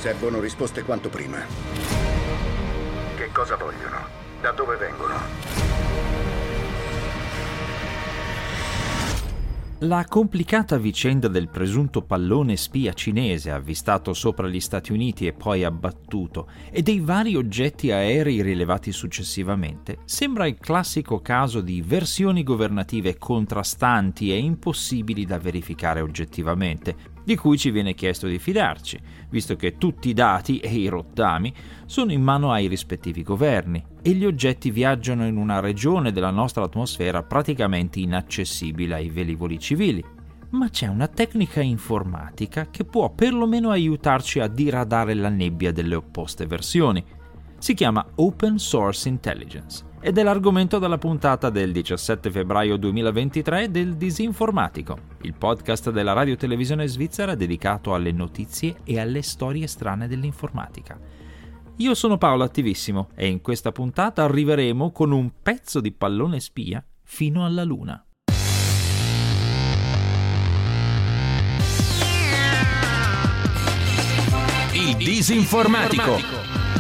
Servono risposte quanto prima. Che cosa vogliono? Da dove vengono? La complicata vicenda del presunto pallone spia cinese avvistato sopra gli Stati Uniti e poi abbattuto e dei vari oggetti aerei rilevati successivamente sembra il classico caso di versioni governative contrastanti e impossibili da verificare oggettivamente, di cui ci viene chiesto di fidarci, visto che tutti i dati e i rottami sono in mano ai rispettivi governi e gli oggetti viaggiano in una regione della nostra atmosfera praticamente inaccessibile ai velivoli civili. Ma c'è una tecnica informatica che può perlomeno aiutarci a diradare la nebbia delle opposte versioni. Si chiama Open Source Intelligence ed è l'argomento della puntata del 17 febbraio 2023 del Disinformatico, il podcast della radio-televisione svizzera dedicato alle notizie e alle storie strane dell'informatica. Io sono Paolo Attivissimo e in questa puntata arriveremo con un pezzo di pallone spia fino alla Luna. Il Disinformatico.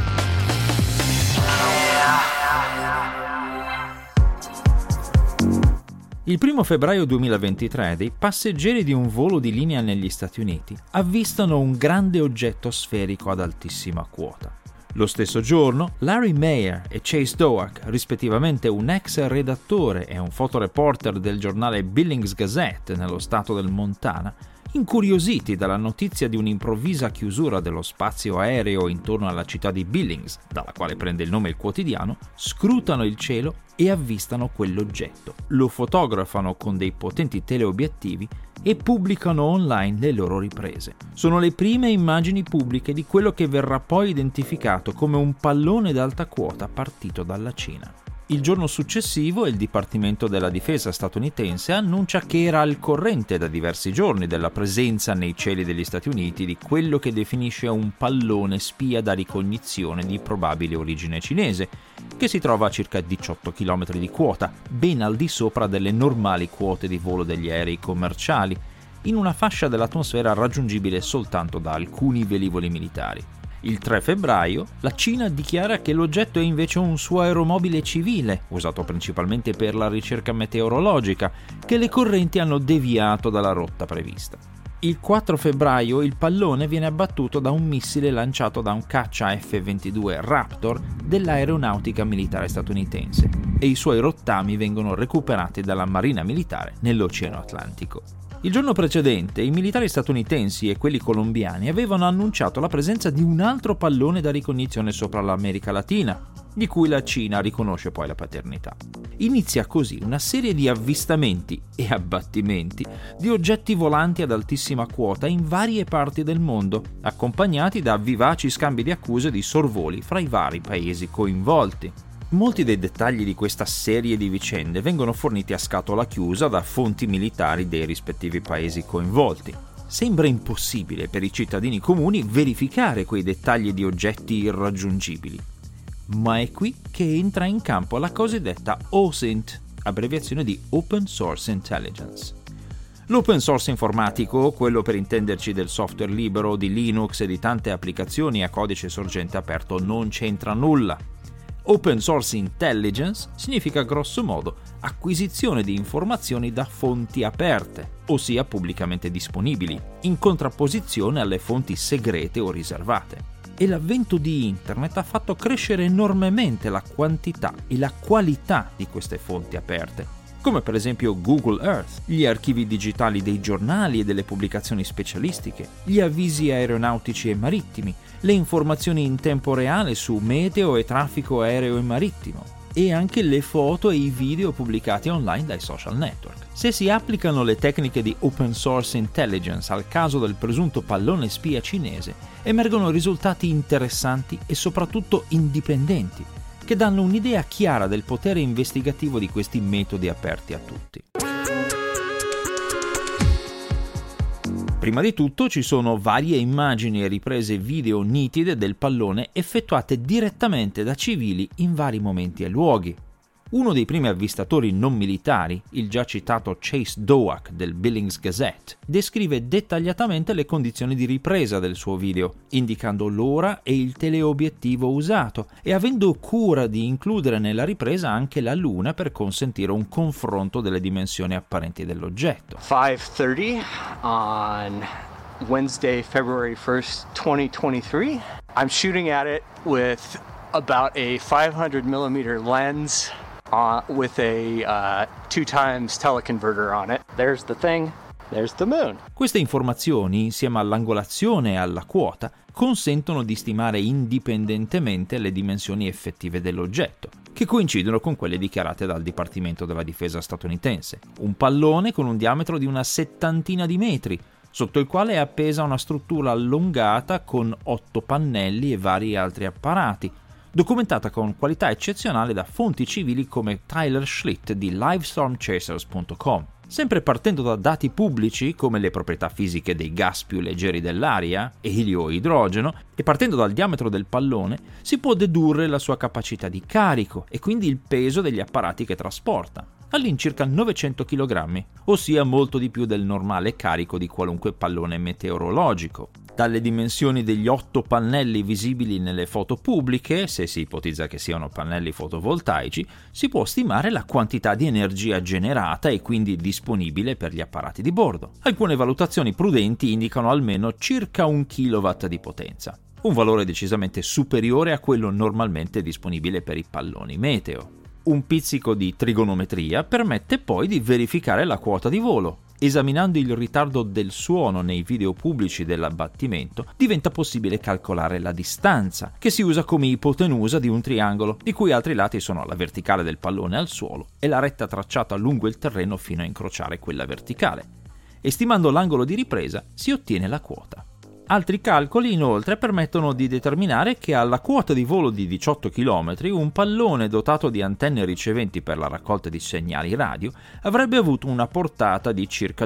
Il 1 febbraio 2023 dei passeggeri di un volo di linea negli Stati Uniti avvistano un grande oggetto sferico ad altissima quota. Lo stesso giorno, Larry Mayer e Chase Doak, rispettivamente un ex redattore e un fotoreporter del giornale Billings Gazette nello stato del Montana, incuriositi dalla notizia di un'improvvisa chiusura dello spazio aereo intorno alla città di Billings, dalla quale prende il nome il quotidiano, scrutano il cielo e avvistano quell'oggetto, lo fotografano con dei potenti teleobiettivi e pubblicano online le loro riprese. Sono le prime immagini pubbliche di quello che verrà poi identificato come un pallone d'alta quota partito dalla Cina. Il giorno successivo il Dipartimento della Difesa statunitense annuncia che era al corrente da diversi giorni della presenza nei cieli degli Stati Uniti di quello che definisce un pallone spia da ricognizione di probabile origine cinese, che si trova a circa 18 km di quota, ben al di sopra delle normali quote di volo degli aerei commerciali, in una fascia dell'atmosfera raggiungibile soltanto da alcuni velivoli militari. Il 3 febbraio la Cina dichiara che l'oggetto è invece un suo aeromobile civile, usato principalmente per la ricerca meteorologica, che le correnti hanno deviato dalla rotta prevista. Il 4 febbraio il pallone viene abbattuto da un missile lanciato da un caccia F-22 Raptor dell'aeronautica militare statunitense e i suoi rottami vengono recuperati dalla Marina Militare nell'Oceano Atlantico. Il giorno precedente i militari statunitensi e quelli colombiani avevano annunciato la presenza di un altro pallone da ricognizione sopra l'America Latina, di cui la Cina riconosce poi la paternità. Inizia così una serie di avvistamenti e abbattimenti di oggetti volanti ad altissima quota in varie parti del mondo, accompagnati da vivaci scambi di accuse di sorvoli fra i vari paesi coinvolti. Molti dei dettagli di questa serie di vicende vengono forniti a scatola chiusa da fonti militari dei rispettivi paesi coinvolti. Sembra impossibile per i cittadini comuni verificare quei dettagli di oggetti irraggiungibili. Ma è qui che entra in campo la cosiddetta OSINT, abbreviazione di Open Source Intelligence. L'open source informatico, quello per intenderci del software libero, di Linux e di tante applicazioni a codice sorgente aperto, non c'entra nulla. Open Source Intelligence significa grosso modo acquisizione di informazioni da fonti aperte, ossia pubblicamente disponibili, in contrapposizione alle fonti segrete o riservate. E l'avvento di Internet ha fatto crescere enormemente la quantità e la qualità di queste fonti aperte, come per esempio Google Earth, gli archivi digitali dei giornali e delle pubblicazioni specialistiche, gli avvisi aeronautici e marittimi, le informazioni in tempo reale su meteo e traffico aereo e marittimo, e anche le foto e i video pubblicati online dai social network. Se si applicano le tecniche di Open Source Intelligence al caso del presunto pallone spia cinese, emergono risultati interessanti e soprattutto indipendenti, che danno un'idea chiara del potere investigativo di questi metodi aperti a tutti. Prima di tutto ci sono varie immagini e riprese video nitide del pallone effettuate direttamente da civili in vari momenti e luoghi. Uno dei primi avvistatori non militari, il già citato Chase Doak del Billings Gazette, descrive dettagliatamente le condizioni di ripresa del suo video, indicando l'ora e il teleobiettivo usato e avendo cura di includere nella ripresa anche la luna per consentire un confronto delle dimensioni apparenti dell'oggetto. 5:30 on Wednesday, February 1st, 2023. I'm shooting at it with about a 500mm lens with a 2x teleconverter on it. There's the thing, there's the moon. Queste informazioni, insieme all'angolazione e alla quota, consentono di stimare indipendentemente le dimensioni effettive dell'oggetto, che coincidono con quelle dichiarate dal Dipartimento della Difesa statunitense. Un pallone con un diametro di una 70 di metri, sotto il quale è appesa una struttura allungata con 8 pannelli e vari altri apparati, documentata con qualità eccezionale da fonti civili come Tyler Schlitt di livestormchasers.com. Sempre partendo da dati pubblici come le proprietà fisiche dei gas più leggeri dell'aria, elio o idrogeno, e partendo dal diametro del pallone, si può dedurre la sua capacità di carico e quindi il peso degli apparati che trasporta, all'incirca 900 kg, ossia molto di più del normale carico di qualunque pallone meteorologico. Dalle dimensioni degli 8 pannelli visibili nelle foto pubbliche, se si ipotizza che siano pannelli fotovoltaici, si può stimare la quantità di energia generata e quindi disponibile per gli apparati di bordo. Alcune valutazioni prudenti indicano almeno circa 1 kW di potenza, un valore decisamente superiore a quello normalmente disponibile per i palloni meteo. Un pizzico di trigonometria permette poi di verificare la quota di volo. Esaminando il ritardo del suono nei video pubblici dell'abbattimento, diventa possibile calcolare la distanza, che si usa come ipotenusa di un triangolo, di cui altri lati sono la verticale del pallone al suolo e la retta tracciata lungo il terreno fino a incrociare quella verticale. E stimando l'angolo di ripresa si ottiene la quota. Altri calcoli inoltre permettono di determinare che alla quota di volo di 18 km un pallone dotato di antenne riceventi per la raccolta di segnali radio avrebbe avuto una portata di circa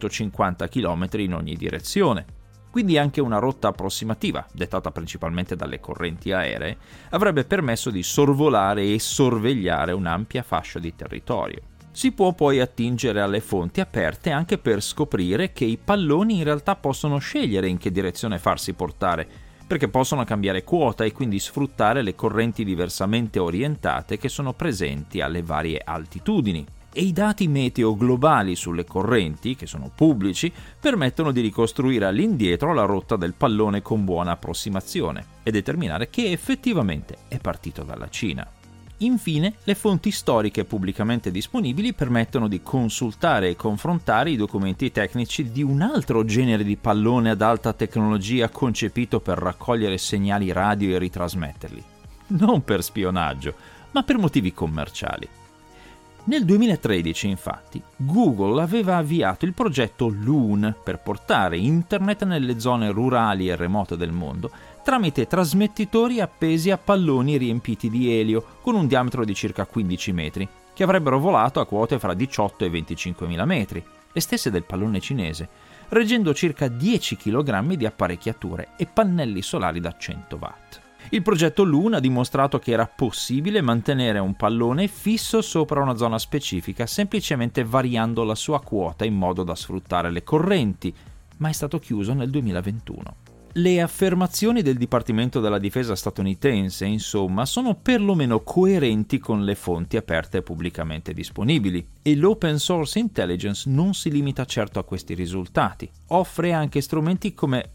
250 km in ogni direzione. Quindi anche una rotta approssimativa, dettata principalmente dalle correnti aeree, avrebbe permesso di sorvolare e sorvegliare un'ampia fascia di territorio. Si può poi attingere alle fonti aperte anche per scoprire che i palloni in realtà possono scegliere in che direzione farsi portare, perché possono cambiare quota e quindi sfruttare le correnti diversamente orientate che sono presenti alle varie altitudini. E i dati meteo globali sulle correnti, che sono pubblici, permettono di ricostruire all'indietro la rotta del pallone con buona approssimazione e determinare che effettivamente è partito dalla Cina. Infine, le fonti storiche pubblicamente disponibili permettono di consultare e confrontare i documenti tecnici di un altro genere di pallone ad alta tecnologia concepito per raccogliere segnali radio e ritrasmetterli. Non per spionaggio, ma per motivi commerciali. Nel 2013, infatti, Google aveva avviato il progetto Loon per portare internet nelle zone rurali e remote del mondo tramite trasmettitori appesi a palloni riempiti di elio con un diametro di circa 15 metri, che avrebbero volato a quote fra 18 e 25.000 metri, le stesse del pallone cinese, reggendo circa 10 kg di apparecchiature e pannelli solari da 100 watt. Il progetto Loon ha dimostrato che era possibile mantenere un pallone fisso sopra una zona specifica semplicemente variando la sua quota in modo da sfruttare le correnti, ma è stato chiuso nel 2021. Le affermazioni del Dipartimento della Difesa statunitense, insomma, sono perlomeno coerenti con le fonti aperte pubblicamente disponibili e l'open source intelligence non si limita certo a questi risultati. Offre anche strumenti come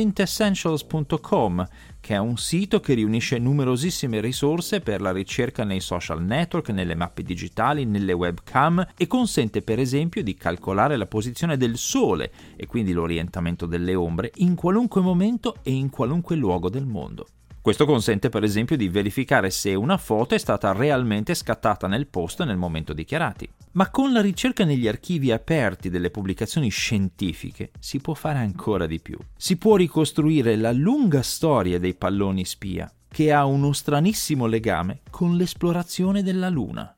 osintessentials.com, che è un sito che riunisce numerosissime risorse per la ricerca nei social network, nelle mappe digitali, nelle webcam e consente per esempio di calcolare la posizione del sole e quindi l'orientamento delle ombre in qualunque momento e in qualunque luogo del mondo. Questo consente per esempio di verificare se una foto è stata realmente scattata nel post nel momento dichiarati. Ma con la ricerca negli archivi aperti delle pubblicazioni scientifiche si può fare ancora di più. Si può ricostruire la lunga storia dei palloni spia, che ha uno stranissimo legame con l'esplorazione della Luna.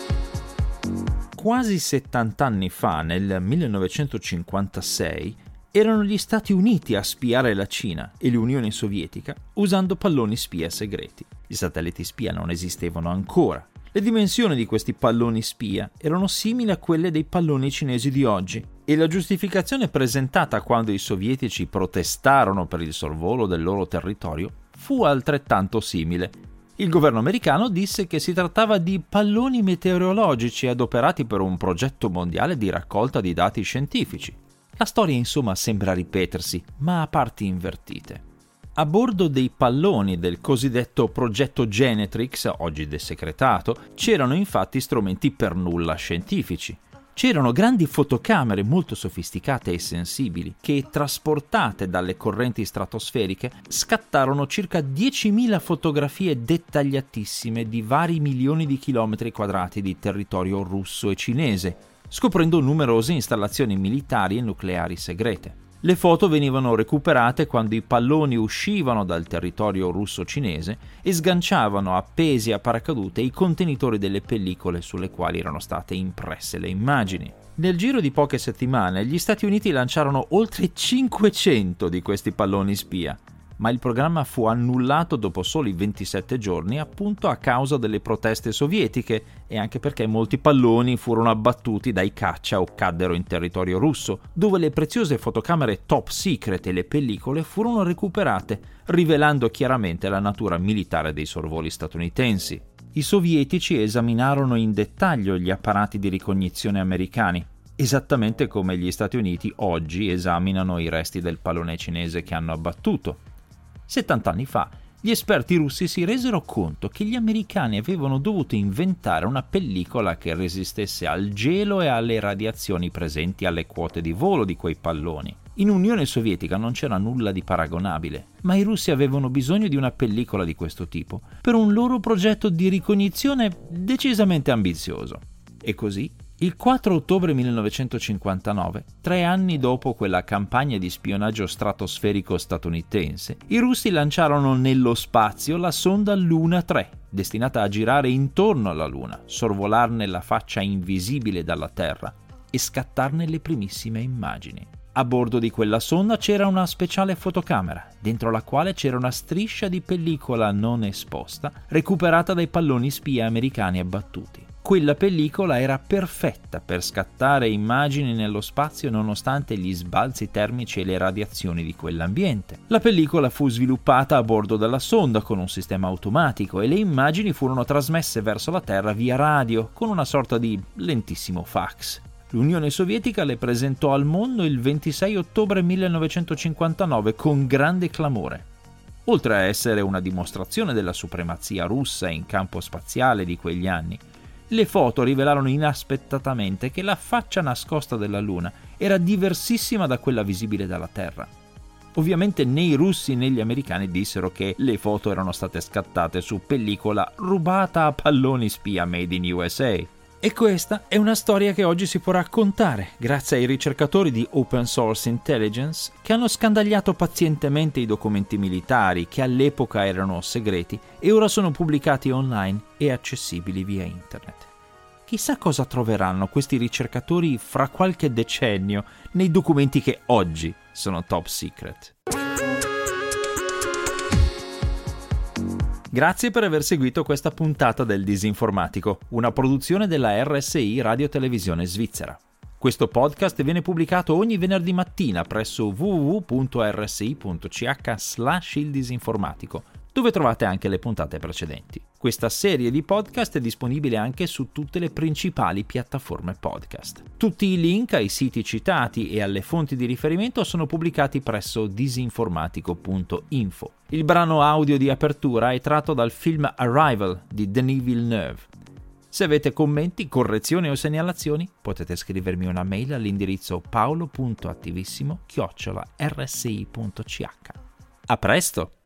Quasi 70 anni fa, nel 1956, erano gli Stati Uniti a spiare la Cina e l'Unione Sovietica usando palloni spia segreti. Gli satelliti spia non esistevano ancora. Le dimensioni di questi palloni spia erano simili a quelle dei palloni cinesi di oggi e la giustificazione presentata quando i sovietici protestarono per il sorvolo del loro territorio fu altrettanto simile. Il governo americano disse che si trattava di palloni meteorologici adoperati per un progetto mondiale di raccolta di dati scientifici. La storia insomma sembra ripetersi, ma a parti invertite. A bordo dei palloni del cosiddetto progetto Genetrix, oggi desecretato, c'erano infatti strumenti per nulla scientifici. C'erano grandi fotocamere molto sofisticate e sensibili che, trasportate dalle correnti stratosferiche, scattarono circa 10.000 fotografie dettagliatissime di vari milioni di chilometri quadrati di territorio russo e cinese, scoprendo numerose installazioni militari e nucleari segrete. Le foto venivano recuperate quando i palloni uscivano dal territorio russo-cinese e sganciavano appesi a paracadute i contenitori delle pellicole sulle quali erano state impresse le immagini. Nel giro di poche settimane gli Stati Uniti lanciarono oltre 500 di questi palloni spia, ma il programma fu annullato dopo soli 27 giorni appunto a causa delle proteste sovietiche e anche perché molti palloni furono abbattuti dai caccia o caddero in territorio russo, dove le preziose fotocamere top secret e le pellicole furono recuperate, rivelando chiaramente la natura militare dei sorvoli statunitensi. I sovietici esaminarono in dettaglio gli apparati di ricognizione americani, esattamente come gli Stati Uniti oggi esaminano i resti del pallone cinese che hanno abbattuto. 70 anni fa, gli esperti russi si resero conto che gli americani avevano dovuto inventare una pellicola che resistesse al gelo e alle radiazioni presenti alle quote di volo di quei palloni. In Unione Sovietica non c'era nulla di paragonabile, ma i russi avevano bisogno di una pellicola di questo tipo per un loro progetto di ricognizione decisamente ambizioso. E così, il 4 ottobre 1959, 3 anni dopo quella campagna di spionaggio stratosferico statunitense, i russi lanciarono nello spazio la sonda Luna 3, destinata a girare intorno alla Luna, sorvolarne la faccia invisibile dalla Terra e scattarne le primissime immagini. A bordo di quella sonda c'era una speciale fotocamera, dentro la quale c'era una striscia di pellicola non esposta, recuperata dai palloni spia americani abbattuti. Quella pellicola era perfetta per scattare immagini nello spazio nonostante gli sbalzi termici e le radiazioni di quell'ambiente. La pellicola fu sviluppata a bordo della sonda con un sistema automatico e le immagini furono trasmesse verso la Terra via radio con una sorta di lentissimo fax. L'Unione Sovietica le presentò al mondo il 26 ottobre 1959 con grande clamore. Oltre a essere una dimostrazione della supremazia russa in campo spaziale di quegli anni, le foto rivelarono inaspettatamente che la faccia nascosta della Luna era diversissima da quella visibile dalla Terra. Ovviamente né i russi né gli americani dissero che le foto erano state scattate su pellicola rubata a palloni spia made in USA. E questa è una storia che oggi si può raccontare grazie ai ricercatori di Open Source Intelligence che hanno scandagliato pazientemente i documenti militari che all'epoca erano segreti e ora sono pubblicati online e accessibili via internet. Chissà cosa troveranno questi ricercatori fra qualche decennio nei documenti che oggi sono top secret. Grazie per aver seguito questa puntata del Disinformatico, una produzione della RSI Radio Televisione Svizzera. Questo podcast viene pubblicato ogni venerdì mattina presso www.rsi.ch/ildisinformatico, dove trovate anche le puntate precedenti. Questa serie di podcast è disponibile anche su tutte le principali piattaforme podcast. Tutti i link ai siti citati e alle fonti di riferimento sono pubblicati presso disinformatico.info. Il brano audio di apertura è tratto dal film Arrival di Denis Villeneuve. Se avete commenti, correzioni o segnalazioni, potete scrivermi una mail all'indirizzo paolo.attivissimo@rsi.ch. A presto!